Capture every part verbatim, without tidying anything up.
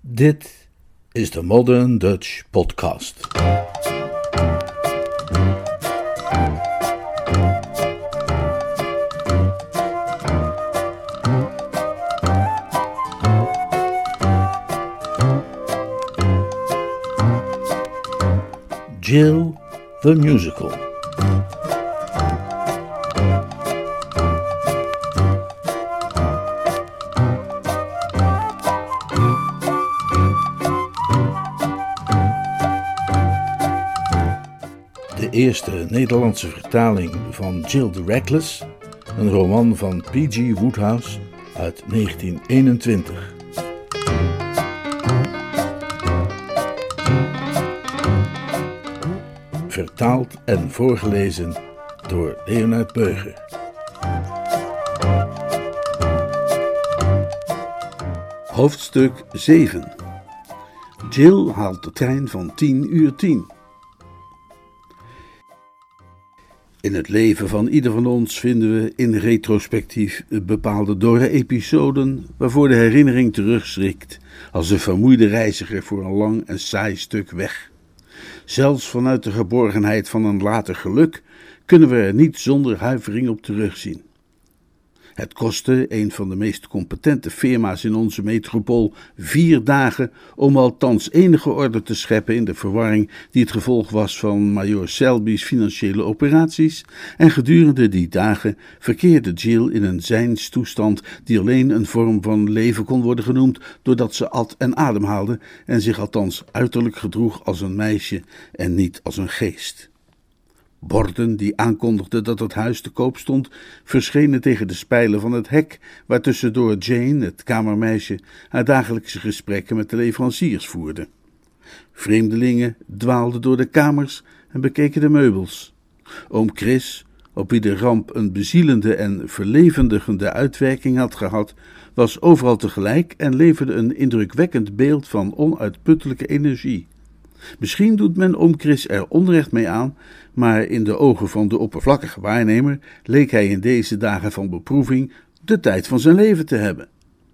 Dit is de Modern Dutch Podcast. Jill the Musical. De eerste Nederlandse vertaling van Jill the Reckless, een roman van P G Wodehouse uit negentien eenentwintig. Vertaald en voorgelezen door Leonard Beuger. Hoofdstuk zeven. Jill haalt de trein van tien uur tien. In het leven van ieder van ons vinden we in retrospectief bepaalde dorre episoden waarvoor de herinnering terugschrikt als een vermoeide reiziger voor een lang en saai stuk weg. Zelfs vanuit de geborgenheid van een later geluk kunnen we er niet zonder huivering op terugzien. Het kostte een van de meest competente firma's in onze metropool vier dagen om althans enige orde te scheppen in de verwarring die het gevolg was van majoor Selby's financiële operaties, en gedurende die dagen verkeerde Jill in een zijnstoestand die alleen een vorm van leven kon worden genoemd doordat ze at en ademhaalde en zich althans uiterlijk gedroeg als een meisje en niet als een geest. Borden die aankondigden dat het huis te koop stond, verschenen tegen de spijlen van het hek, waartussendoor Jane, het kamermeisje, haar dagelijkse gesprekken met de leveranciers voerde. Vreemdelingen dwaalden door de kamers en bekeken de meubels. Oom Chris, op wie de ramp een bezielende en verlevendigende uitwerking had gehad, was overal tegelijk en leverde een indrukwekkend beeld van onuitputtelijke energie. Misschien doet men oom Chris er onrecht mee aan, maar in de ogen van de oppervlakkige waarnemer leek hij in deze dagen van beproeving de tijd van zijn leven te hebben.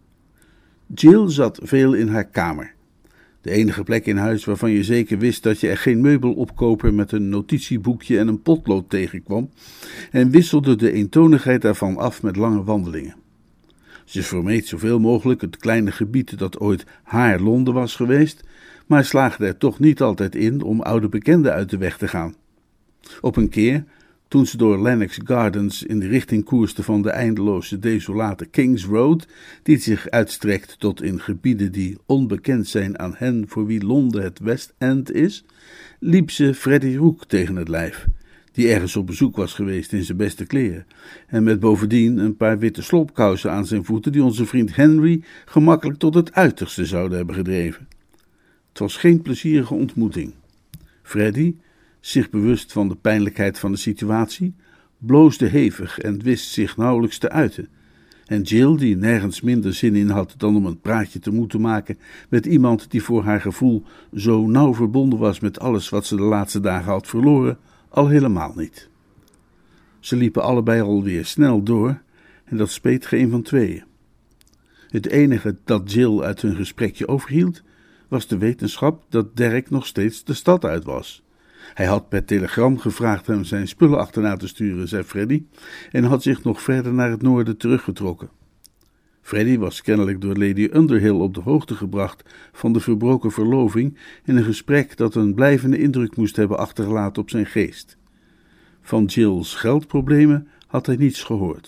Jill zat veel in haar kamer. De enige plek in huis waarvan je zeker wist dat je er geen meubelopkoper met een notitieboekje en een potlood tegenkwam, en wisselde de eentonigheid daarvan af met lange wandelingen. Ze vermeed zoveel mogelijk het kleine gebied dat ooit haar Londen was geweest, maar slaagde er toch niet altijd in om oude bekenden uit de weg te gaan. Op een keer, toen ze door Lennox Gardens in de richting koerste van de eindeloze desolate Kings Road, die zich uitstrekt tot in gebieden die onbekend zijn aan hen voor wie Londen het West End is, liep ze Freddy Rook tegen het lijf, die ergens op bezoek was geweest in zijn beste kleren, en met bovendien een paar witte slopkousen aan zijn voeten die onze vriend Henry gemakkelijk tot het uiterste zouden hebben gedreven. Het was geen plezierige ontmoeting. Freddy, zich bewust van de pijnlijkheid van de situatie, bloosde hevig en wist zich nauwelijks te uiten. En Jill, die nergens minder zin in had dan om een praatje te moeten maken met iemand die voor haar gevoel zo nauw verbonden was met alles wat ze de laatste dagen had verloren, al helemaal niet. Ze liepen allebei alweer snel door en dat speet geen van tweeën. Het enige dat Jill uit hun gesprekje overhield, was de wetenschap dat Derek nog steeds de stad uit was. Hij had per telegram gevraagd hem zijn spullen achterna te sturen, zei Freddy, en had zich nog verder naar het noorden teruggetrokken. Freddy was kennelijk door Lady Underhill op de hoogte gebracht van de verbroken verloving in een gesprek dat een blijvende indruk moest hebben achtergelaten op zijn geest. Van Jill's geldproblemen had hij niets gehoord.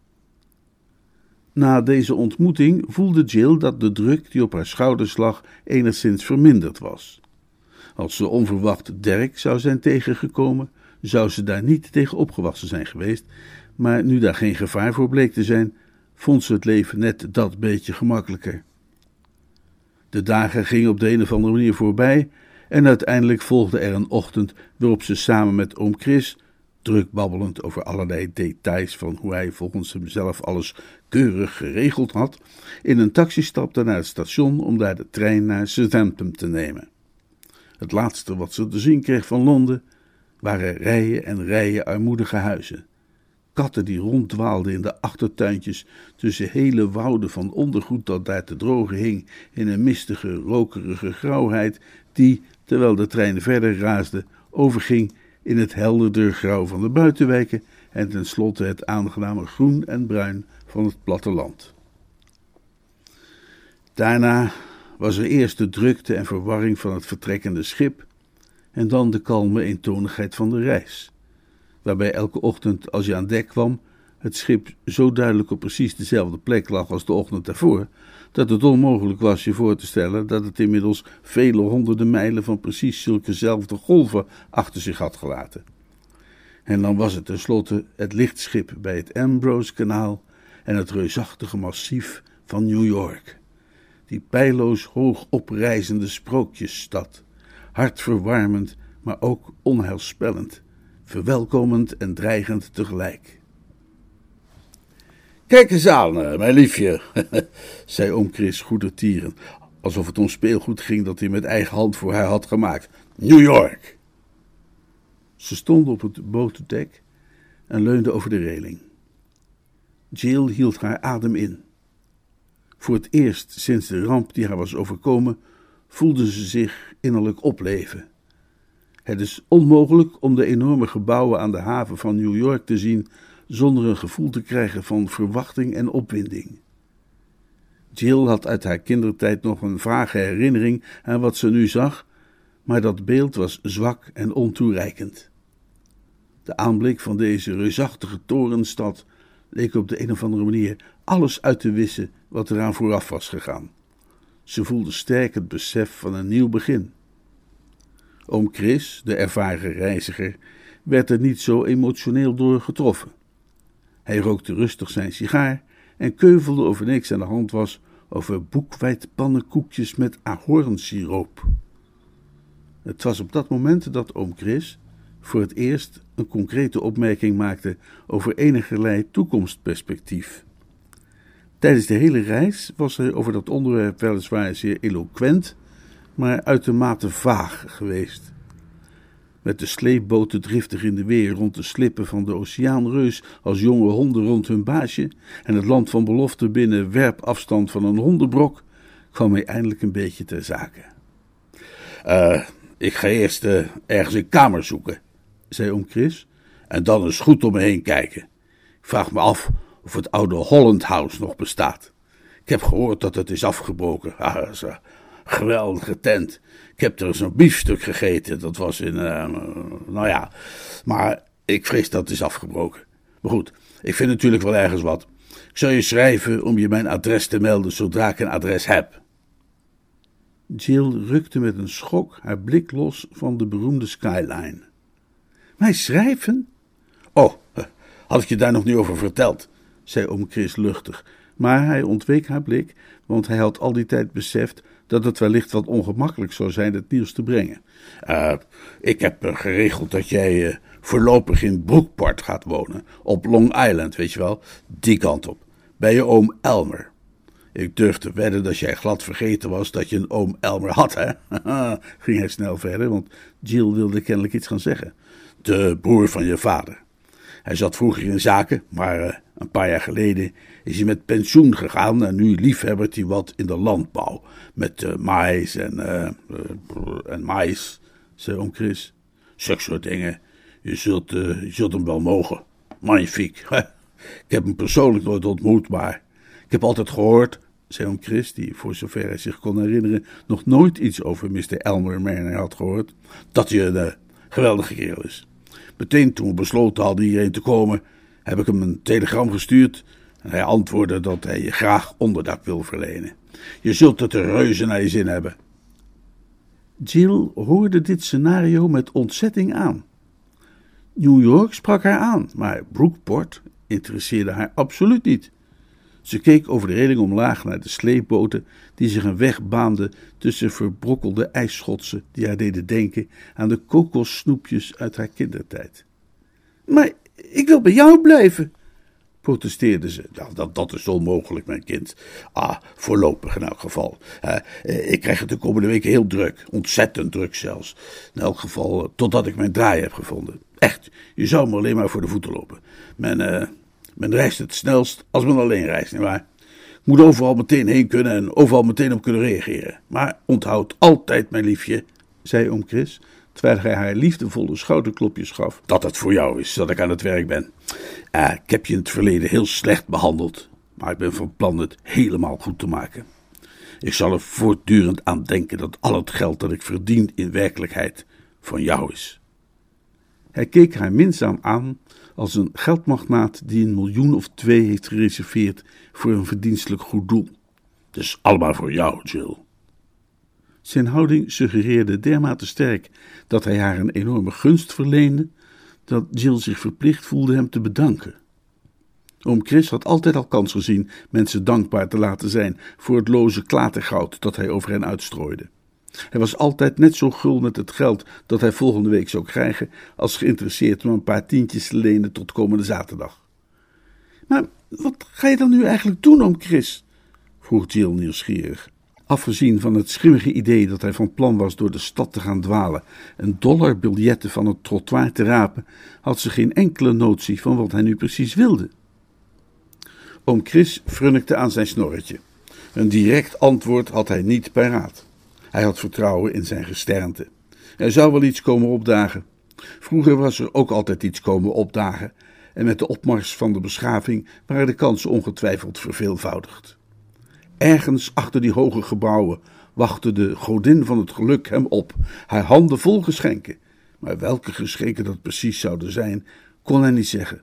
Na deze ontmoeting voelde Jill dat de druk die op haar schouders lag enigszins verminderd was. Als ze onverwacht Derek zou zijn tegengekomen, zou ze daar niet tegen opgewassen zijn geweest, maar nu daar geen gevaar voor bleek te zijn, vond ze het leven net dat beetje gemakkelijker. De dagen gingen op de een of andere manier voorbij en uiteindelijk volgde er een ochtend waarop ze samen met oom Chris, druk babbelend over allerlei details van hoe hij volgens hemzelf alles keurig geregeld had, in een taxi stapte naar het station om daar de trein naar Southampton te nemen. Het laatste wat ze te zien kreeg van Londen waren rijen en rijen armoedige huizen. katten die ronddwaalden in de achtertuintjes tussen hele wouden van ondergoed dat daar te drogen hing in een mistige, rokerige grauwheid die, terwijl de trein verder raasde, overging in het helderder grauw van de buitenwijken en tenslotte het aangename groen en bruin van het platteland. Daarna was er eerst de drukte en verwarring van het vertrekkende schip en dan de kalme eentonigheid van de reis, waarbij elke ochtend als je aan dek kwam het schip zo duidelijk op precies dezelfde plek lag als de ochtend daarvoor, dat het onmogelijk was je voor te stellen dat het inmiddels vele honderden mijlen van precies zulkezelfde golven achter zich had gelaten. En dan was het tenslotte het lichtschip bij het Ambrose-kanaal en het reusachtige massief van New York, die peilloos hoog oprijzende sprookjesstad, hartverwarmend, maar ook onheilspellend, verwelkomend en dreigend tegelijk. Kijk eens aan, mijn liefje, zei oom Chris goedertierend, alsof het om speelgoed ging dat hij met eigen hand voor haar had gemaakt. New York! Ze stonden op het botendek en leunde over de reling. Jill hield haar adem in. Voor het eerst sinds de ramp die haar was overkomen, voelde ze zich innerlijk opleven. Het is onmogelijk om de enorme gebouwen aan de haven van New York te zien zonder een gevoel te krijgen van verwachting en opwinding. Jill had uit haar kindertijd nog een vage herinnering aan wat ze nu zag, maar dat beeld was zwak en ontoereikend. De aanblik van deze reusachtige torenstad leek op de een of andere manier alles uit te wissen wat eraan vooraf was gegaan. Ze voelde sterk het besef van een nieuw begin. Oom Chris, de ervaren reiziger, werd er niet zo emotioneel door getroffen. Hij rookte rustig zijn sigaar en keuvelde of er niks aan de hand was over boekwijdpannenkoekjes met ahornsiroop. Het was op dat moment dat oom Chris voor het eerst een concrete opmerking maakte over enigerlei toekomstperspectief. Tijdens de hele reis was hij over dat onderwerp weliswaar zeer eloquent, maar uitermate vaag geweest. Met de sleepboten driftig in de weer rond de slippen van de oceaanreus als jonge honden rond hun baasje en het land van belofte binnen werpafstand van een hondenbrok, kwam hij eindelijk een beetje ter zake. Uh, ik ga eerst uh, ergens een kamer zoeken, zei oom Chris, en dan eens goed om me heen kijken. Ik vraag me af of het oude Holland House nog bestaat. Ik heb gehoord dat het is afgebroken. Ah, dat is een geweldige tent. Ik heb er zo'n biefstuk gegeten, dat was in, uh, nou ja, maar ik vrees dat het is afgebroken. Maar goed, ik vind natuurlijk wel ergens wat. Ik zal je schrijven om je mijn adres te melden zodra ik een adres heb. Jill rukte met een schok haar blik los van de beroemde skyline. Mij schrijven? Oh, had ik je daar nog niet over verteld, zei oom Chris luchtig, maar hij ontweek haar blik, want hij had al die tijd beseft dat het wellicht wat ongemakkelijk zou zijn het nieuws te brengen. Uh, ik heb uh, geregeld dat jij uh, voorlopig in Brookport gaat wonen, op Long Island, weet je wel, die kant op, bij je oom Elmer. Ik durf te wedden dat jij glad vergeten was dat je een oom Elmer had, hè? Ging hij snel verder, want Jill wilde kennelijk iets gaan zeggen. De broer van je vader. Hij zat vroeger in zaken, maar uh, een paar jaar geleden is hij met pensioen gegaan en nu liefhebbert hij wat in de landbouw. Met uh, mais en, uh, uh, en mais, zei oom Chris. Zulke soort dingen. Je zult, uh, je zult hem wel mogen. Magnifiek. Ik heb hem persoonlijk nooit ontmoet, maar ik heb altijd gehoord, zei oom Chris, die voor zover hij zich kon herinneren nog nooit iets over mister Elmer Mariner had gehoord, dat hij een uh, geweldige kerel is. Meteen toen we besloten hadden hierheen te komen, heb ik hem een telegram gestuurd en hij antwoordde dat hij je graag onderdak wil verlenen. Je zult het er reuze naar je zin hebben. Jill hoorde dit scenario met ontzetting aan. New York sprak haar aan, maar Brookport interesseerde haar absoluut niet. Ze keek over de reling omlaag naar de sleepboten die zich een weg baanden tussen verbrokkelde ijsschotsen die haar deden denken aan de kokossnoepjes uit haar kindertijd. Maar ik wil bij jou blijven, protesteerde ze. Nou, dat, dat is onmogelijk, mijn kind. Ah, voorlopig in elk geval. Uh, ik krijg het de komende weken heel druk. Ontzettend druk zelfs. In elk geval, uh, totdat ik mijn draai heb gevonden. Echt, je zou me alleen maar voor de voeten lopen. Men, uh, men reist het snelst als men alleen reist, nietwaar? Ik moet overal meteen heen kunnen en overal meteen op kunnen reageren. Maar onthoud altijd, mijn liefje, zei oom Chris, terwijl hij haar liefdevolle schouderklopjes gaf, dat het voor jou is dat ik aan het werk ben. Uh, ik heb je in het verleden heel slecht behandeld, maar ik ben van plan het helemaal goed te maken. Ik zal er voortdurend aan denken dat al het geld dat ik verdien in werkelijkheid van jou is. Hij keek haar minzaam aan als een geldmagnaat die een miljoen of twee heeft gereserveerd voor een verdienstelijk goed doel. Dus allemaal voor jou, Jill. Zijn houding suggereerde dermate sterk dat hij haar een enorme gunst verleende, dat Jill zich verplicht voelde hem te bedanken. Oom Chris had altijd al kans gezien mensen dankbaar te laten zijn voor het loze klatergoud dat hij over hen uitstrooide. Hij was altijd net zo gul met het geld dat hij volgende week zou krijgen, als geïnteresseerd om een paar tientjes te lenen tot komende zaterdag. Maar wat ga je dan nu eigenlijk doen, oom Chris? Vroeg Jill nieuwsgierig. Afgezien van het schimmige idee dat hij van plan was door de stad te gaan dwalen en dollarbiljetten van het trottoir te rapen, had ze geen enkele notie van wat hij nu precies wilde. Oom Chris frunnikte aan zijn snorretje. Een direct antwoord had hij niet paraat. Hij had vertrouwen in zijn gesternte. Er zou wel iets komen opdagen. Vroeger was er ook altijd iets komen opdagen, en met de opmars van de beschaving waren de kansen ongetwijfeld verveelvoudigd. Ergens achter die hoge gebouwen wachtte de godin van het geluk hem op, haar handen vol geschenken. Maar welke geschenken dat precies zouden zijn, kon hij niet zeggen.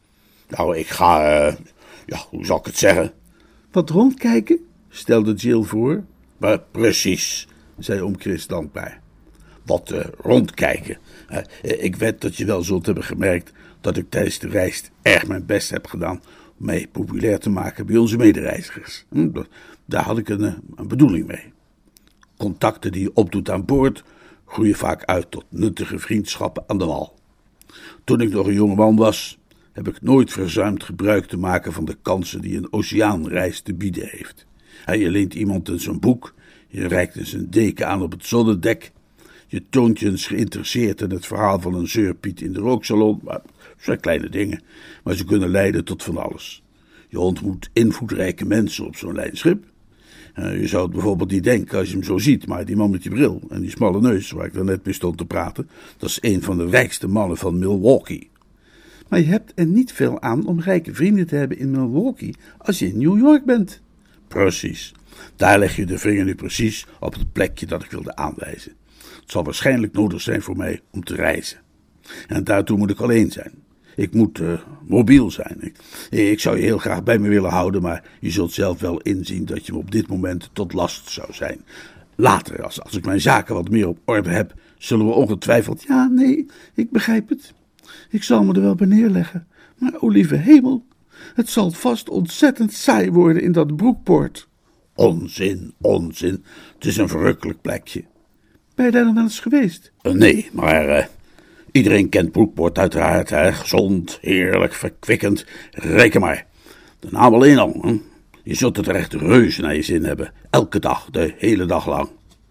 Nou, ik ga, uh, ja, hoe zal ik het zeggen? Wat rondkijken, stelde Jill voor. Maar precies, zei oom Chris dankbaar. Wat uh, rondkijken. Uh, ik weet dat je wel zult hebben gemerkt dat ik tijdens de reis erg mijn best heb gedaan om mij populair te maken bij onze medereizigers. Hm, daar had ik een, een bedoeling mee. Contacten die je opdoet aan boord groeien vaak uit tot nuttige vriendschappen aan de wal. Toen ik nog een jonge man was, heb ik nooit verzuimd gebruik te maken van de kansen die een oceaanreis te bieden heeft. Je leent iemand eens een boek, je reikt eens een deken aan op het zonnedek, je toont je eens geïnteresseerd in het verhaal van een zeurpiet in de rooksalon. Maar het zijn kleine dingen, maar ze kunnen leiden tot van alles. Je ontmoet invloedrijke mensen op zo'n lijnschip. Uh, je zou het bijvoorbeeld niet denken als je hem zo ziet, maar die man met die bril en die smalle neus waar ik daarnet mee stond te praten, dat is een van de rijkste mannen van Milwaukee. Maar je hebt er niet veel aan om rijke vrienden te hebben in Milwaukee als je in New York bent. Precies. Daar leg je de vinger nu precies op het plekje dat ik wilde aanwijzen. Het zal waarschijnlijk nodig zijn voor mij om te reizen. En daartoe moet ik alleen zijn. Ik moet uh, mobiel zijn. Ik, ik zou je heel graag bij me willen houden, maar je zult zelf wel inzien dat je me op dit moment tot last zou zijn. Later, als, als ik mijn zaken wat meer op orde heb, zullen we ongetwijfeld... Ja, nee, ik begrijp het. Ik zal me er wel bij neerleggen. Maar, o lieve hemel, het zal vast ontzettend saai worden in dat Brookport. Onzin, onzin. Het is een verrukkelijk plekje. Ben je daar dan wel eens geweest? Uh, nee, maar uh, iedereen kent Brookport uiteraard. Hè? Gezond, heerlijk, verkwikkend. Reken maar. De naam alleen al. Hè? Je zult het er echt reuze naar je zin hebben. Elke dag, de hele dag lang.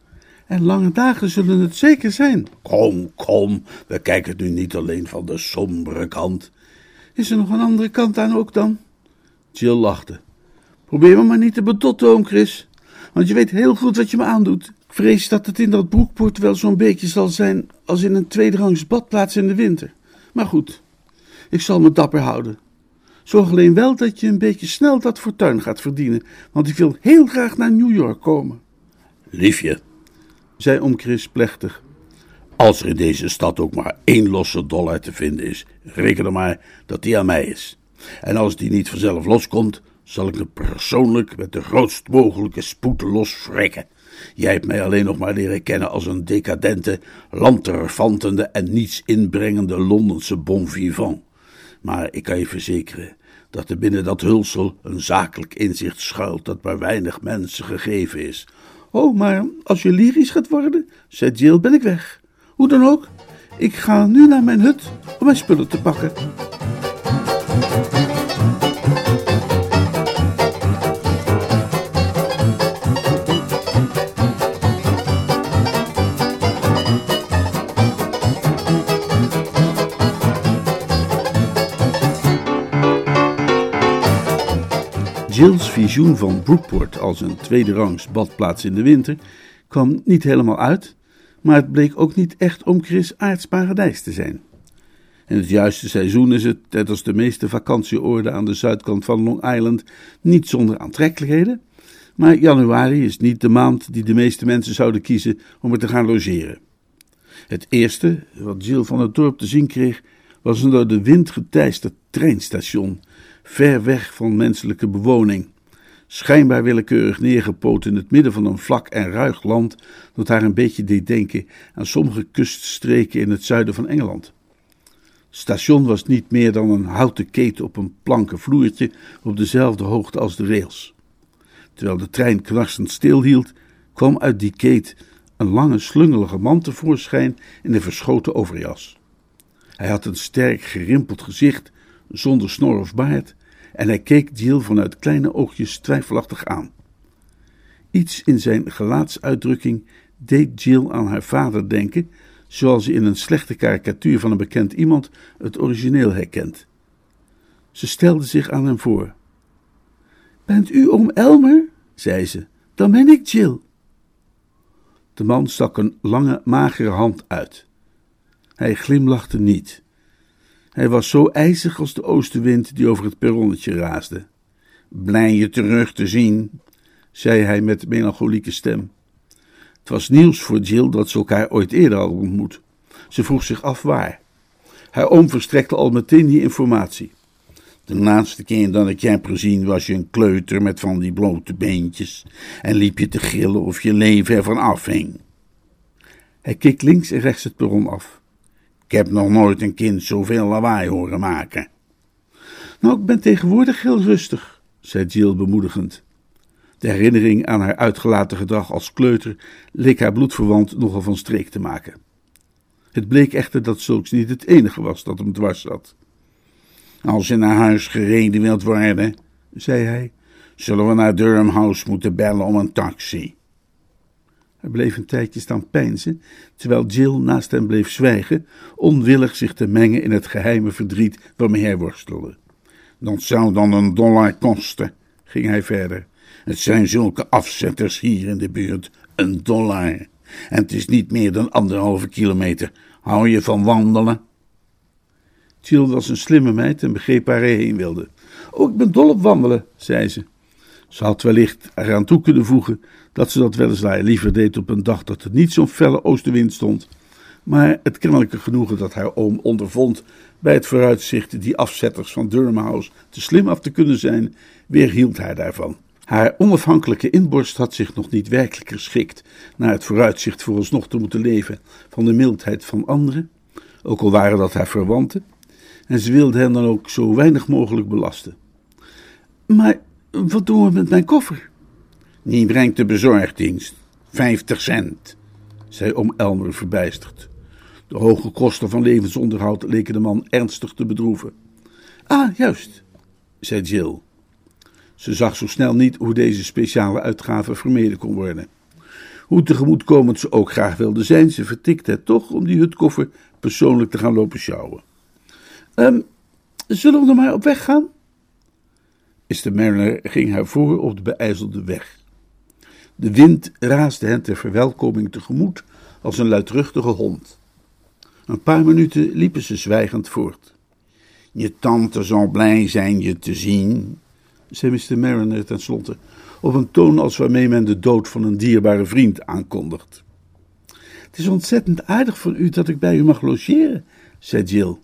En lange dagen zullen het zeker zijn. Kom, kom. We kijken het nu niet alleen van de sombere kant. Is er nog een andere kant aan ook dan? Jill lachte. Probeer me maar niet te bedotten, oom Chris. Want je weet heel goed wat je me aandoet. Ik vrees dat het in dat Brookport wel zo'n beetje zal zijn als in een tweederangs badplaats in de winter. Maar goed, ik zal me dapper houden. Zorg alleen wel dat je een beetje snel dat fortuin gaat verdienen, want ik wil heel graag naar New York komen. Liefje, zei oom Chris plechtig, als er in deze stad ook maar één losse dollar te vinden is, reken er maar dat die aan mij is. En als die niet vanzelf loskomt, zal ik me persoonlijk met de grootst mogelijke spoed loswrikken. Jij hebt mij alleen nog maar leren kennen als een decadente, lanterfantende en niets inbrengende Londense bon vivant. Maar ik kan je verzekeren dat er binnen dat hulsel een zakelijk inzicht schuilt dat maar weinig mensen gegeven is. Oh, maar als je lyrisch gaat worden, zei Jill, ben ik weg. Hoe dan ook, ik ga nu naar mijn hut om mijn spullen te pakken. Jill's visioen van Brookport als een tweederangs badplaats in de winter kwam niet helemaal uit, maar het bleek ook niet echt om Chris aards paradijs te zijn. In het juiste seizoen is het, net als de meeste vakantieoorden aan de zuidkant van Long Island, niet zonder aantrekkelijkheden, maar januari is niet de maand die de meeste mensen zouden kiezen om er te gaan logeren. Het eerste wat Jill van het dorp te zien kreeg, was een door de wind geteisterd treinstation, ver weg van menselijke bewoning. Schijnbaar willekeurig neergepoot in het midden van een vlak en ruig land, dat haar een beetje deed denken aan sommige kuststreken in het zuiden van Engeland. Het station was niet meer dan een houten keten op een planken vloertje op dezelfde hoogte als de rails. Terwijl de trein knarsend stilhield, kwam uit die keet een lange slungelige man tevoorschijn in een verschoten overjas. Hij had een sterk gerimpeld gezicht, zonder snor of baard, en hij keek Jill vanuit kleine oogjes twijfelachtig aan. Iets in zijn gelaatsuitdrukking deed Jill aan haar vader denken, zoals ze in een slechte karikatuur van een bekend iemand het origineel herkent. Ze stelde zich aan hem voor. "Bent u oom Elmer?" zei ze. "Dan ben ik Jill." De man stak een lange, magere hand uit. Hij glimlachte niet. Hij was zo ijzig als de oostenwind die over het perronnetje raasde. "Blij je terug te zien," zei hij met melancholieke stem. Het was nieuws voor Jill dat ze elkaar ooit eerder hadden ontmoet. Ze vroeg zich af waar. Haar oom verstrekte al meteen die informatie. "De laatste keer dat ik je heb gezien was je een kleuter met van die blote beentjes en liep je te gillen of je leven ervan afhing." Hij keek links en rechts het perron af. "Ik heb nog nooit een kind zoveel lawaai horen maken." "Nou, ik ben tegenwoordig heel rustig," zei Jill bemoedigend. De herinnering aan haar uitgelaten gedrag als kleuter leek haar bloedverwant nogal van streek te maken. Het bleek echter dat zulks niet het enige was dat hem dwars zat. "Als je naar huis gereden wilt worden," zei hij, "zullen we naar Durham House moeten bellen om een taxi." Hij bleef een tijdje staan peinzen, terwijl Jill naast hem bleef zwijgen, onwillig zich te mengen in het geheime verdriet waarmee hij worstelde. "Dat zou dan een dollar kosten," ging hij verder. "Het zijn zulke afzetters hier in de buurt, een dollar. En het is niet meer dan anderhalve kilometer. Hou je van wandelen?" Jill was een slimme meid en begreep waar hij heen wilde. "Oh, ik ben dol op wandelen," zei ze. Ze had wellicht eraan toe kunnen voegen dat ze dat weliswaar liever deed op een dag dat er niet zo'n felle oostenwind stond, maar het kennelijke genoegen dat haar oom ondervond bij het vooruitzicht die afzetters van Durham House te slim af te kunnen zijn, weerhield haar daarvan. Haar onafhankelijke inborst had zich nog niet werkelijk geschikt naar het vooruitzicht vooralsnog te moeten leven van de mildheid van anderen, ook al waren dat haar verwanten, en ze wilde hen dan ook zo weinig mogelijk belasten. "Maar wat doen we met mijn koffer?" "Die brengt de bezorgdienst. Vijftig cent," zei oom Elmer verbijsterd. De hoge kosten van levensonderhoud leken de man ernstig te bedroeven. "Ah, juist," zei Jill. Ze zag zo snel niet hoe deze speciale uitgave vermeden kon worden. Hoe tegemoetkomend ze ook graag wilde zijn, ze vertikte het toch om die hutkoffer persoonlijk te gaan lopen sjouwen. Um, zullen we er maar op weg gaan?" mister Mariner ging haar voor op de beijzelde weg. De wind raasde hen ter verwelkoming tegemoet als een luidruchtige hond. Een paar minuten liepen ze zwijgend voort. "Je tante zal blij zijn je te zien," zei mister Mariner tenslotte, op een toon als waarmee men de dood van een dierbare vriend aankondigt. "Het is ontzettend aardig van u dat ik bij u mag logeren," zei Jill.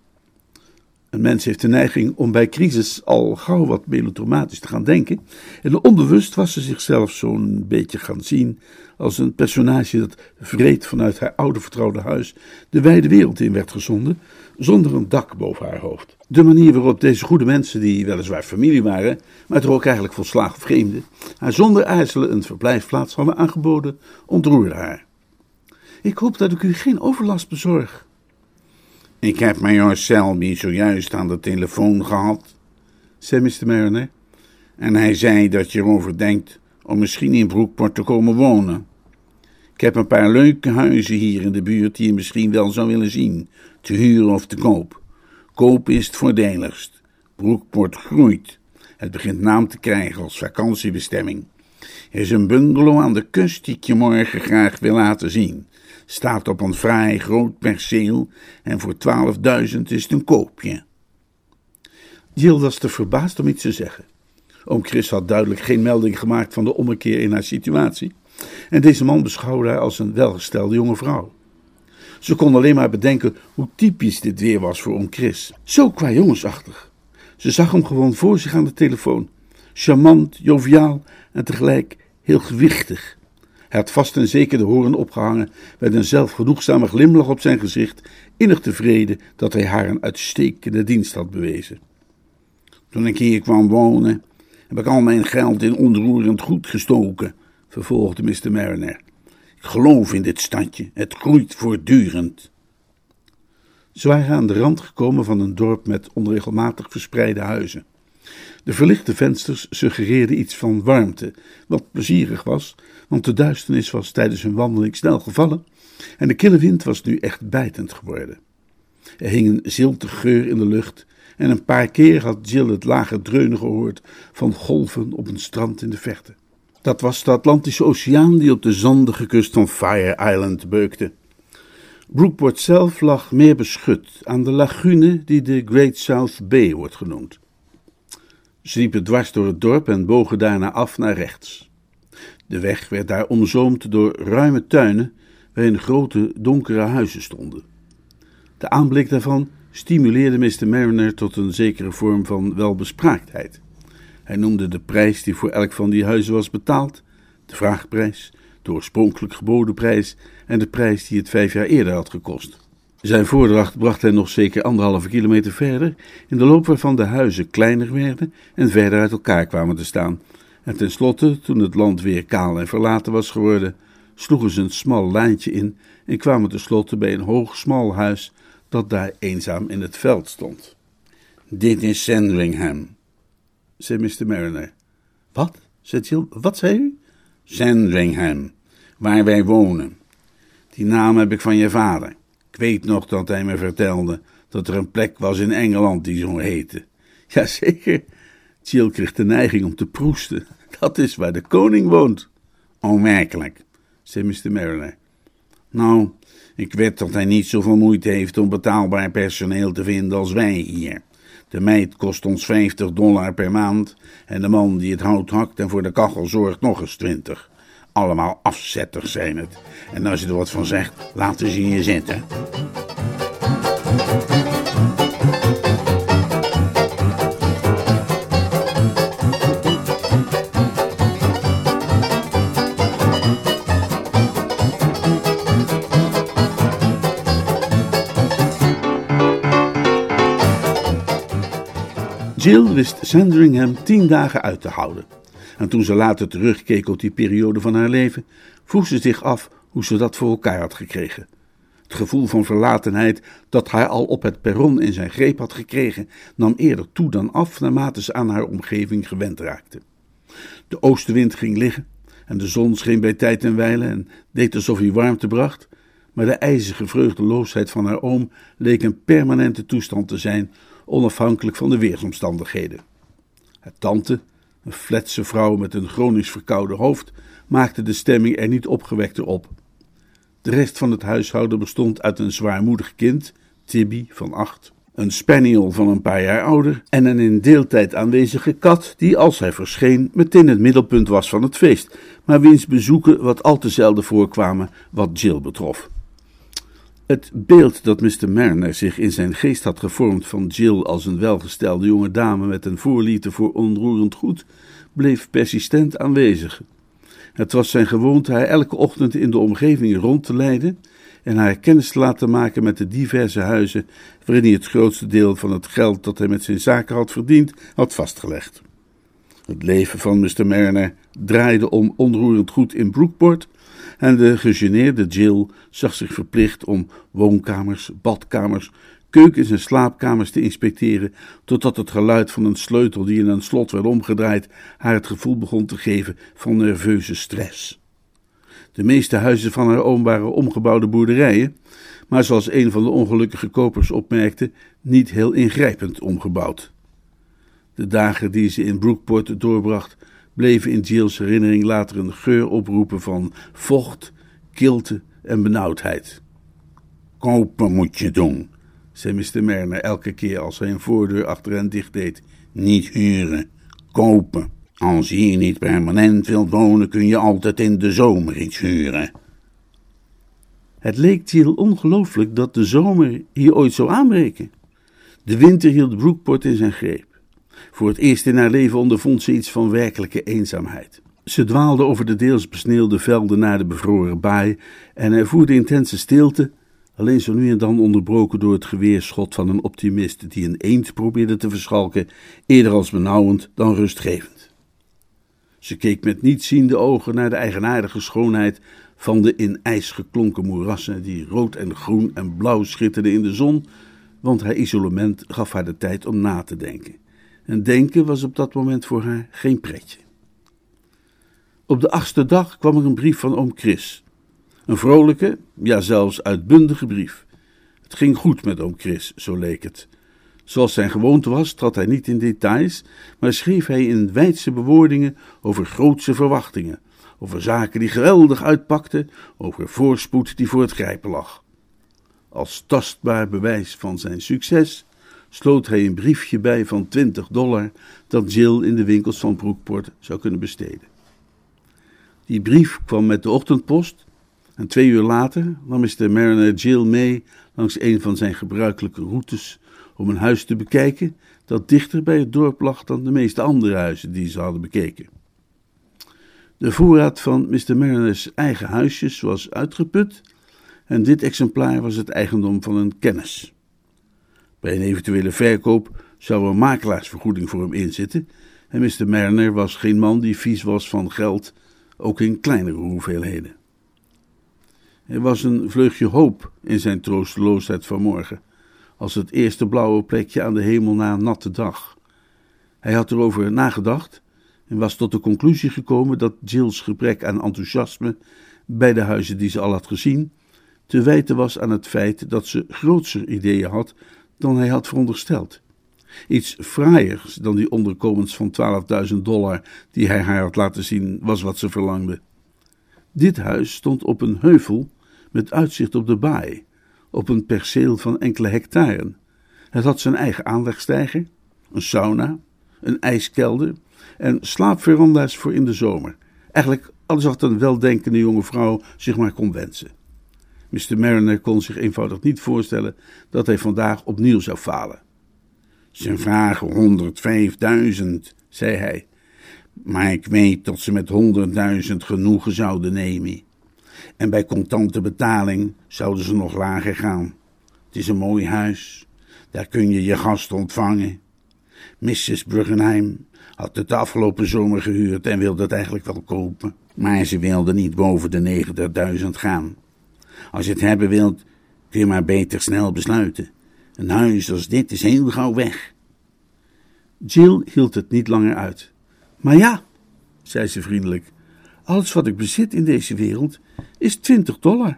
Een mens heeft de neiging om bij crisis al gauw wat melodramatisch te gaan denken, en onbewust was ze zichzelf zo'n beetje gaan zien als een personage dat vreed vanuit haar oude vertrouwde huis de wijde wereld in werd gezonden, zonder een dak boven haar hoofd. De manier waarop deze goede mensen, die weliswaar familie waren, maar toch ook eigenlijk volslagen vreemden, haar zonder aarzelen een verblijfplaats hadden aangeboden, ontroerde haar. "Ik hoop dat ik u geen overlast bezorg." "Ik heb majoor Selby zojuist aan de telefoon gehad," zei mister Mariner, "en hij zei dat je erover denkt om misschien in Brookport te komen wonen. Ik heb een paar leuke huizen hier in de buurt die je misschien wel zou willen zien, te huur of te koop. Koop is het voordeligst. Brookport groeit Het begint naam te krijgen als vakantiebestemming. Er is een bungalow aan de kust die ik je morgen graag wil laten zien. Staat op een fraai groot perceel en voor twaalfduizend is het een koopje. Jill was te verbaasd om iets te zeggen. Oom Chris had duidelijk geen melding gemaakt van de ommekeer in haar situatie. En deze man beschouwde haar als een welgestelde jonge vrouw. Ze kon alleen maar bedenken hoe typisch dit weer was voor oom Chris. Zo qua jongensachtig. Ze zag hem gewoon voor zich aan de telefoon. Charmant, joviaal en tegelijk heel gewichtig. Hij had vast en zeker de hoorn opgehangen met een zelfgenoegzame glimlach op zijn gezicht, innig tevreden dat hij haar een uitstekende dienst had bewezen. Toen ik hier kwam wonen, heb ik al mijn geld in onroerend goed gestoken, vervolgde mister Mariner. Ik geloof in dit stadje, het groeit voortdurend. Ze waren aan de rand gekomen van een dorp met onregelmatig verspreide huizen. De verlichte vensters suggereerden iets van warmte, wat plezierig was, want de duisternis was tijdens hun wandeling snel gevallen en de kille wind was nu echt bijtend geworden. Er hing een zilte geur in de lucht en een paar keer had Jill het lage dreunen gehoord van golven op een strand in de verte. Dat was de Atlantische Oceaan die op de zandige kust van Fire Island beukte. Brookport zelf lag meer beschut aan de lagune die de Great South Bay wordt genoemd. Ze liepen dwars door het dorp en bogen daarna af naar rechts. De weg werd daar omzoomd door ruime tuinen waarin grote donkere huizen stonden. De aanblik daarvan stimuleerde mister Mariner tot een zekere vorm van welbespraaktheid. Hij noemde de prijs die voor elk van die huizen was betaald, de vraagprijs, de oorspronkelijk geboden prijs en de prijs die het vijf jaar eerder had gekost. Zijn voordracht bracht hij nog zeker anderhalve kilometer verder, in de loop waarvan de huizen kleiner werden en verder uit elkaar kwamen te staan. En tenslotte, toen het land weer kaal en verlaten was geworden, sloegen ze een smal lijntje in en kwamen tenslotte bij een hoog, smal huis dat daar eenzaam in het veld stond. Dit is Sandringham, zei mister Mariner. Wat? zei Jill. Wat zei u? Sandringham, waar wij wonen. Die naam heb ik van je vader. Ik weet nog dat hij me vertelde dat er een plek was in Engeland die zo heette. Jazeker. Jill kreeg de neiging om te proesten. Dat is waar de koning woont. Onmerkelijk, zei mister Mariner. Nou, ik weet dat hij niet zoveel moeite heeft om betaalbaar personeel te vinden als wij hier. De meid kost ons vijftig dollar per maand en de man die het hout hakt en voor de kachel zorgt nog eens twintig. Allemaal afzetters zijn het. En als je er wat van zegt, laten ze je zitten. Jill wist Sandringham tien dagen uit te houden. En toen ze later terugkeek op die periode van haar leven, vroeg ze zich af hoe ze dat voor elkaar had gekregen. Het gevoel van verlatenheid dat haar al op het perron in zijn greep had gekregen, nam eerder toe dan af naarmate ze aan haar omgeving gewend raakte. De oostenwind ging liggen en de zon scheen bij tijd en wijle en deed alsof hij warmte bracht, maar de ijzige vreugdeloosheid van haar oom leek een permanente toestand te zijn, onafhankelijk van de weersomstandigheden. Haar tante, een fletse vrouw met een chronisch verkouden hoofd, maakte de stemming er niet opgewekter op. De rest van het huishouden bestond uit een zwaarmoedig kind, Tibby van acht, een spaniel van een paar jaar ouder en een in deeltijd aanwezige kat die, als hij verscheen, meteen het middelpunt was van het feest, maar wiens bezoeken wat al te zelden voorkwamen wat Jill betrof. Het beeld dat mister Mariner zich in zijn geest had gevormd van Jill als een welgestelde jonge dame met een voorliefde voor onroerend goed, bleef persistent aanwezig. Het was zijn gewoonte haar elke ochtend in de omgeving rond te leiden en haar kennis te laten maken met de diverse huizen waarin hij het grootste deel van het geld dat hij met zijn zaken had verdiend, had vastgelegd. Het leven van mister Mariner draaide om onroerend goed in Brookport en de gegeneerde Jill zag zich verplicht om woonkamers, badkamers, keukens en slaapkamers te inspecteren, totdat het geluid van een sleutel die in een slot werd omgedraaid haar het gevoel begon te geven van nerveuze stress. De meeste huizen van haar oom waren omgebouwde boerderijen, maar zoals een van de ongelukkige kopers opmerkte, niet heel ingrijpend omgebouwd. De dagen die ze in Brookport doorbracht, bleven in Jill's herinnering later een geur oproepen van vocht, kilte en benauwdheid. Kopen moet je doen, zei mister Mariner elke keer als hij een voordeur achter hen dicht deed. Niet huren, kopen. Als je hier niet permanent wilt wonen, kun je altijd in de zomer iets huren. Het leek Jill ongelooflijk dat de zomer hier ooit zou aanbreken. De winter hield Brookport in zijn greep. Voor het eerst in haar leven ondervond ze iets van werkelijke eenzaamheid. Ze dwaalde over de deels besneeuwde velden naar de bevroren baai en er voerde intense stilte, alleen zo nu en dan onderbroken door het geweerschot van een optimist die een eend probeerde te verschalken, eerder als benauwend dan rustgevend. Ze keek met nietsziende ogen naar de eigenaardige schoonheid van de in ijs geklonken moerassen die rood en groen en blauw schitterden in de zon, want haar isolement gaf haar de tijd om na te denken. En denken was op dat moment voor haar geen pretje. Op de achtste dag kwam er een brief van oom Chris. Een vrolijke, ja zelfs uitbundige brief. Het ging goed met oom Chris, zo leek het. Zoals zijn gewoonte was, trad hij niet in details, maar schreef hij in wijdse bewoordingen over grootse verwachtingen, over zaken die geweldig uitpakten, over voorspoed die voor het grijpen lag. Als tastbaar bewijs van zijn succes sloot hij een briefje bij van twintig dollar dat Jill in de winkels van Brookport zou kunnen besteden. Die brief kwam met de ochtendpost en twee uur later nam mister Mariner Jill mee langs een van zijn gebruikelijke routes om een huis te bekijken dat dichter bij het dorp lag dan de meeste andere huizen die ze hadden bekeken. De voorraad van mister Mariner's eigen huisjes was uitgeput en dit exemplaar was het eigendom van een kennis. Bij een eventuele verkoop zou een makelaarsvergoeding voor hem inzitten en mister Mariner was geen man die vies was van geld, ook in kleinere hoeveelheden. Er was een vleugje hoop in zijn troosteloosheid vanmorgen, als het eerste blauwe plekje aan de hemel na een natte dag. Hij had erover nagedacht en was tot de conclusie gekomen dat Jill's gebrek aan enthousiasme bij de huizen die ze al had gezien te wijten was aan het feit dat ze grootser ideeën had dan hij had verondersteld. Iets fraaiers dan die onderkomens van twaalfduizend dollar die hij haar had laten zien was wat ze verlangde. Dit huis stond op een heuvel met uitzicht op de baai, op een perceel van enkele hectaren. Het had zijn eigen aanlegsteiger, een sauna, een ijskelder en slaapveranda's voor in de zomer. Eigenlijk alles wat een weldenkende jonge vrouw zich maar kon wensen. mister Mariner kon zich eenvoudig niet voorstellen dat hij vandaag opnieuw zou falen. Ze vragen honderdvijfduizend, zei hij, maar ik weet dat ze met honderdduizend genoegen zouden nemen. En bij contante betaling zouden ze nog lager gaan. Het is een mooi huis, daar kun je je gast ontvangen. missus Bruggenheim had het de afgelopen zomer gehuurd en wilde het eigenlijk wel kopen, maar ze wilde niet boven de negentigduizend gaan. Als je het hebben wilt, kun je maar beter snel besluiten. Een huis als dit is heel gauw weg. Jill hield het niet langer uit. Maar ja, zei ze vriendelijk, alles wat ik bezit in deze wereld is twintig dollar.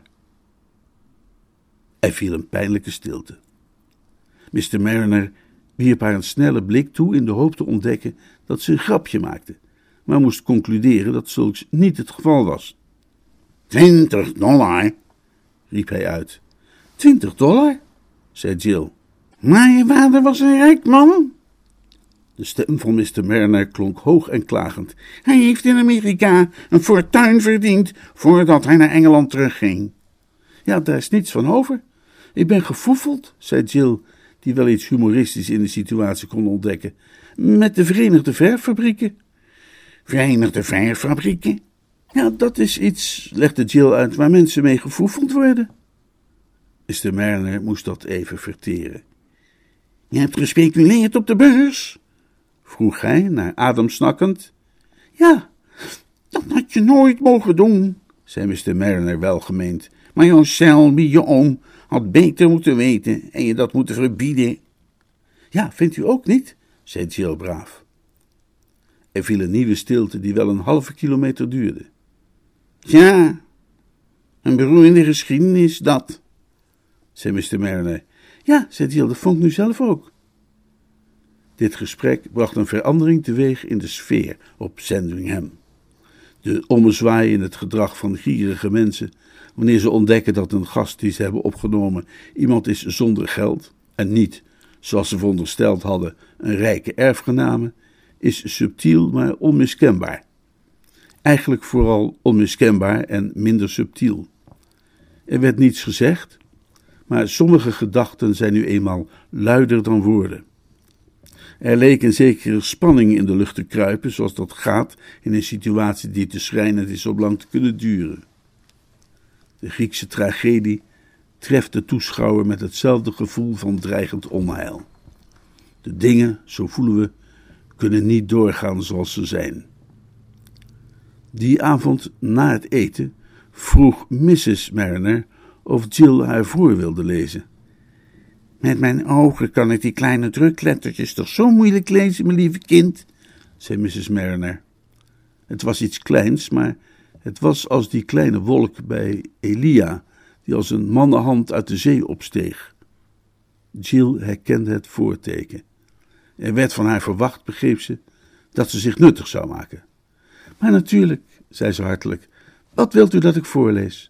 Er viel een pijnlijke stilte. mister Mariner wierp haar een snelle blik toe in de hoop te ontdekken dat ze een grapje maakte, maar moest concluderen dat zulks niet het geval was. Twintig dollar, riep hij uit. Twintig dollar, zei Jill. Maar je vader was een rijk man. De stem van mister Mariner klonk hoog en klagend. Hij heeft in Amerika een fortuin verdiend voordat hij naar Engeland terugging. Ja, daar is niets van over. Ik ben gefoefeld, zei Jill, die wel iets humoristisch in de situatie kon ontdekken, met de Verenigde Verffabrieken. Verenigde Verffabrieken? Ja, dat is iets, legde Jill uit, waar mensen mee gefoefeld worden. mister Mariner moest dat even verteren. Je hebt gespeculeerd op de beurs? Vroeg hij, naar adem snakkend. Ja, dat had je nooit mogen doen, zei mister Mariner welgemeend. Maar jouw Selby, je oom, had beter moeten weten en je dat moeten verbieden. Ja, vindt u ook niet, zei Jill braaf. Er viel een nieuwe stilte die wel een halve kilometer duurde. Ja, een beroerde geschiedenis dat, zei mister Mariner. Ja, zei Jill, dat vond ik nu zelf ook. Dit gesprek bracht een verandering teweeg in de sfeer op Sandringham. De ommezwaai in het gedrag van gierige mensen, wanneer ze ontdekken dat een gast die ze hebben opgenomen iemand is zonder geld en niet, zoals ze verondersteld hadden, een rijke erfgename, is subtiel maar onmiskenbaar. Eigenlijk vooral onmiskenbaar en minder subtiel. Er werd niets gezegd, maar sommige gedachten zijn nu eenmaal luider dan woorden. Er leek een zekere spanning in de lucht te kruipen, zoals dat gaat in een situatie die te schrijnend is om lang te kunnen duren. De Griekse tragedie treft de toeschouwer met hetzelfde gevoel van dreigend onheil. De dingen, zo voelen we, kunnen niet doorgaan zoals ze zijn. Die avond na het eten vroeg missus Mariner of Jill haar voor wilde lezen. Met mijn ogen kan ik die kleine druklettertjes toch zo moeilijk lezen, mijn lieve kind, zei missus Mariner. Het was iets kleins, maar het was als die kleine wolk bij Elia, die als een mannenhand uit de zee opsteeg. Jill herkende het voorteken. Er werd van haar verwacht, begreep ze, dat ze zich nuttig zou maken. Maar natuurlijk, zei ze hartelijk, wat wilt u dat ik voorlees?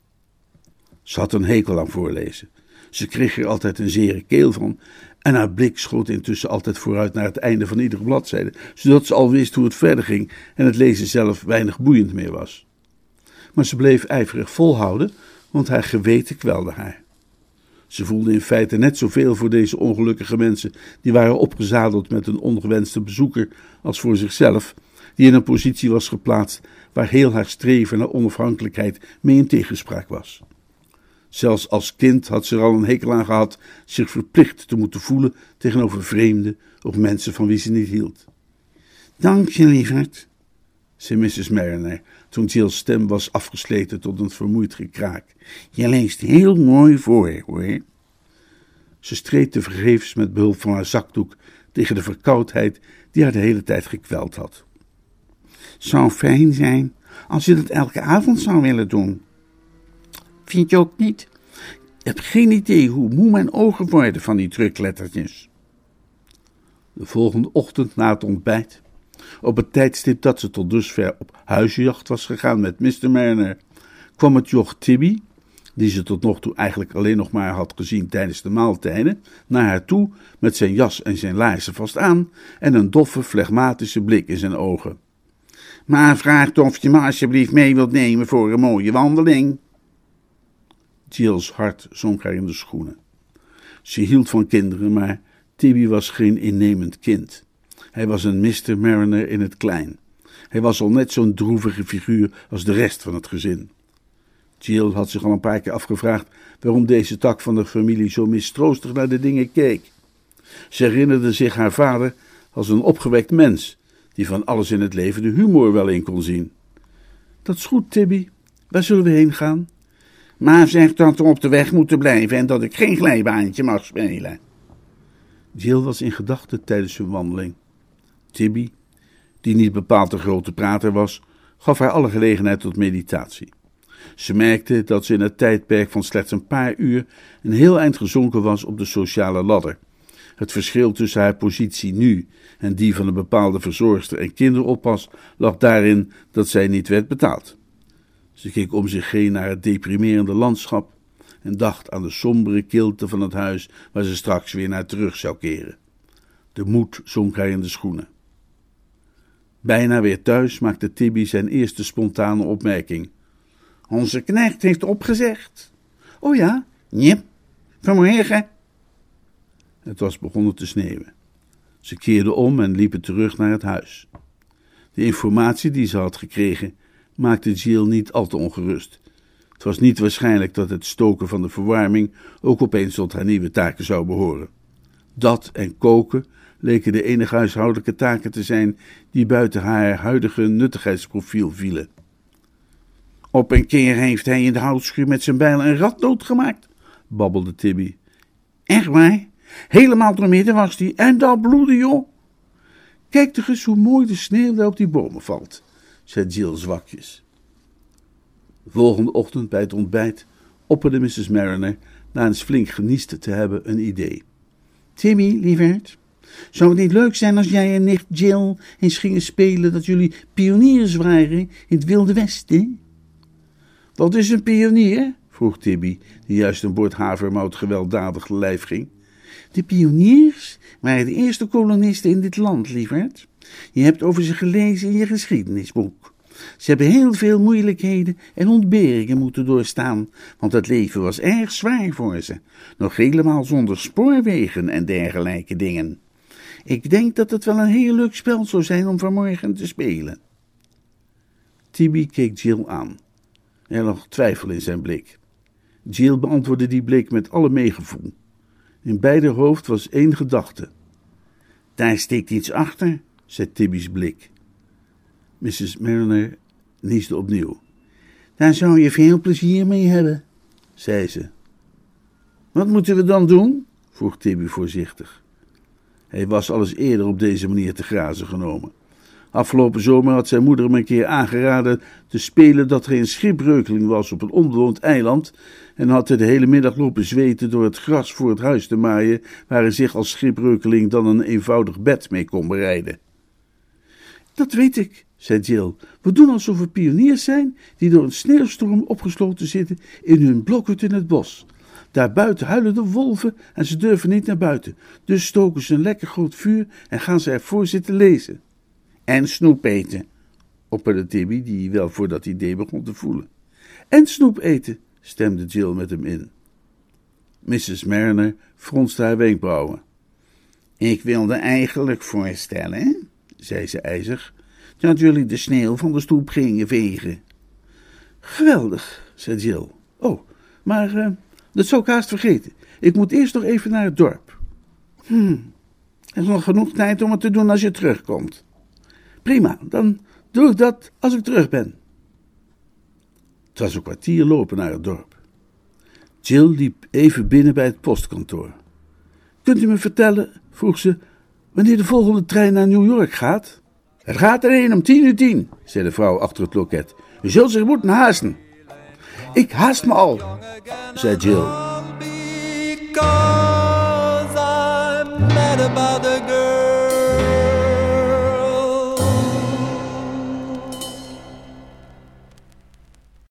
Ze had een hekel aan voorlezen. Ze kreeg er altijd een zere keel van en haar blik schoot intussen altijd vooruit naar het einde van iedere bladzijde, zodat ze al wist hoe het verder ging en het lezen zelf weinig boeiend meer was. Maar ze bleef ijverig volhouden, want haar geweten kwelde haar. Ze voelde in feite net zoveel voor deze ongelukkige mensen die waren opgezadeld met een ongewenste bezoeker als voor zichzelf, die in een positie was geplaatst waar heel haar streven naar onafhankelijkheid mee in tegenspraak was. Zelfs als kind had ze er al een hekel aan gehad zich verplicht te moeten voelen tegenover vreemden of mensen van wie ze niet hield. Dank je, lieverd, zei missus Mariner, toen Jill's stem was afgesleten tot een vermoeid gekraak. Je leest heel mooi voor, hoor. Ze streed tevergeefs met behulp van haar zakdoek tegen de verkoudheid die haar de hele tijd gekweld had. Zou fijn zijn als je dat elke avond zou willen doen. Vind je ook niet? Ik heb geen idee hoe moe mijn ogen worden van die druklettertjes. De volgende ochtend na het ontbijt, op het tijdstip dat ze tot dusver op huizenjacht was gegaan met mister Mariner, kwam het joch Tibby, die ze tot nog toe eigenlijk alleen nog maar had gezien tijdens de maaltijden, naar haar toe met zijn jas en zijn laarzen vast aan en een doffe, flegmatische blik in zijn ogen. Maar vraagt of je me alsjeblieft mee wilt nemen voor een mooie wandeling. Jill's hart zonk haar in de schoenen. Ze hield van kinderen, maar Tibby was geen innemend kind. Hij was een mister Mariner in het klein. Hij was al net zo'n droevige figuur als de rest van het gezin. Jill had zich al een paar keer afgevraagd waarom deze tak van de familie zo mistroostig naar de dingen keek. Ze herinnerde zich haar vader als een opgewekt mens, die van alles in het leven de humor wel in kon zien. Dat is goed, Tibby. Waar zullen we heen gaan? Ma zegt dat we op de weg moeten blijven en dat ik geen glijbaantje mag spelen. Jill was in gedachten tijdens hun wandeling. Tibby, die niet bepaald een grote prater was, gaf haar alle gelegenheid tot meditatie. Ze merkte dat ze in het tijdperk van slechts een paar uur een heel eind gezonken was op de sociale ladder. Het verschil tussen haar positie nu en die van een bepaalde verzorgster en kinderoppas lag daarin dat zij niet werd betaald. Ze keek om zich heen naar het deprimerende landschap en dacht aan de sombere kilte van het huis waar ze straks weer naar terug zou keren. De moed zonk haar in de schoenen. Bijna weer thuis maakte Tibby zijn eerste spontane opmerking. Onze knecht heeft opgezegd. Oh ja? Jep. Vanmorgen. Het was begonnen te sneeuwen. Ze keerde om en liepen terug naar het huis. De informatie die ze had gekregen maakte Jill niet al te ongerust. Het was niet waarschijnlijk dat het stoken van de verwarming ook opeens tot haar nieuwe taken zou behoren. Dat en koken leken de enige huishoudelijke taken te zijn die buiten haar huidige nuttigheidsprofiel vielen. Op een keer heeft hij in de houtschuur met zijn bijl een rat doodgemaakt, babbelde Tibby. Echt waar? Helemaal doormidden was die en dat bloedde, joh. Kijk toch eens hoe mooi de sneeuw daar op die bomen valt, zei Jill zwakjes. De volgende ochtend bij het ontbijt opperde missus Mariner, na eens flink geniest te hebben, een idee. Timmy, lieverd, Zou het niet leuk zijn als jij en nicht Jill eens gingen spelen dat jullie pioniers waren in het Wilde Westen? Wat is een pionier? Vroeg Tibby, die juist een bord havermout gewelddadig te lijf ging. De pioniers waren de eerste kolonisten in dit land, lieverd. Je hebt over ze gelezen in je geschiedenisboek. Ze hebben heel veel moeilijkheden en ontberingen moeten doorstaan, want het leven was erg zwaar voor ze. Nog helemaal zonder spoorwegen en dergelijke dingen. Ik denk dat het wel een heel leuk spel zou zijn om vanmorgen te spelen. Tibby keek Jill aan. Er lag twijfel in zijn blik. Jill beantwoordde die blik met alle meegevoel. In beider hoofd was één gedachte. Daar steekt iets achter, zei Tibby's blik. missus Mariner niesde opnieuw. Daar zou je veel plezier mee hebben, zei ze. Wat moeten we dan doen? Vroeg Tibby voorzichtig. Hij was al eens eerder op deze manier te grazen genomen. Afgelopen zomer had zijn moeder hem een keer aangeraden te spelen dat er een schipbreukeling was op een onbewoond eiland en had hij de hele middag lopen zweten door het gras voor het huis te maaien, waar hij zich als schipbreukeling dan een eenvoudig bed mee kon bereiden. Dat weet ik, zei Jill. We doen alsof we pioniers zijn die door een sneeuwstorm opgesloten zitten in hun blokhut in het bos. Daarbuiten huilen de wolven en ze durven niet naar buiten. Dus stoken ze een lekker groot vuur en gaan ze ervoor zitten lezen. En snoep eten, opperde Tibby, die wel voor dat idee begon te voelen. En snoep eten, stemde Jill met hem in. missus Mariner fronste haar wenkbrauwen. Ik wilde eigenlijk voorstellen, zei ze ijzig, dat jullie de sneeuw van de stoep gingen vegen. Geweldig, zei Jill. Oh, maar uh, dat zou ik haast vergeten. Ik moet eerst nog even naar het dorp. Hm, er is nog genoeg tijd om het te doen als je terugkomt. Prima, dan doe ik dat als ik terug ben. Het was een kwartier lopen naar het dorp. Jill liep even binnen bij het postkantoor. Kunt u me vertellen, vroeg ze, wanneer de volgende trein naar New York gaat? Er gaat er een om tien uur tien, zei de vrouw achter het loket. U zult zich moeten haasten. Ik haast me al, zei Jill.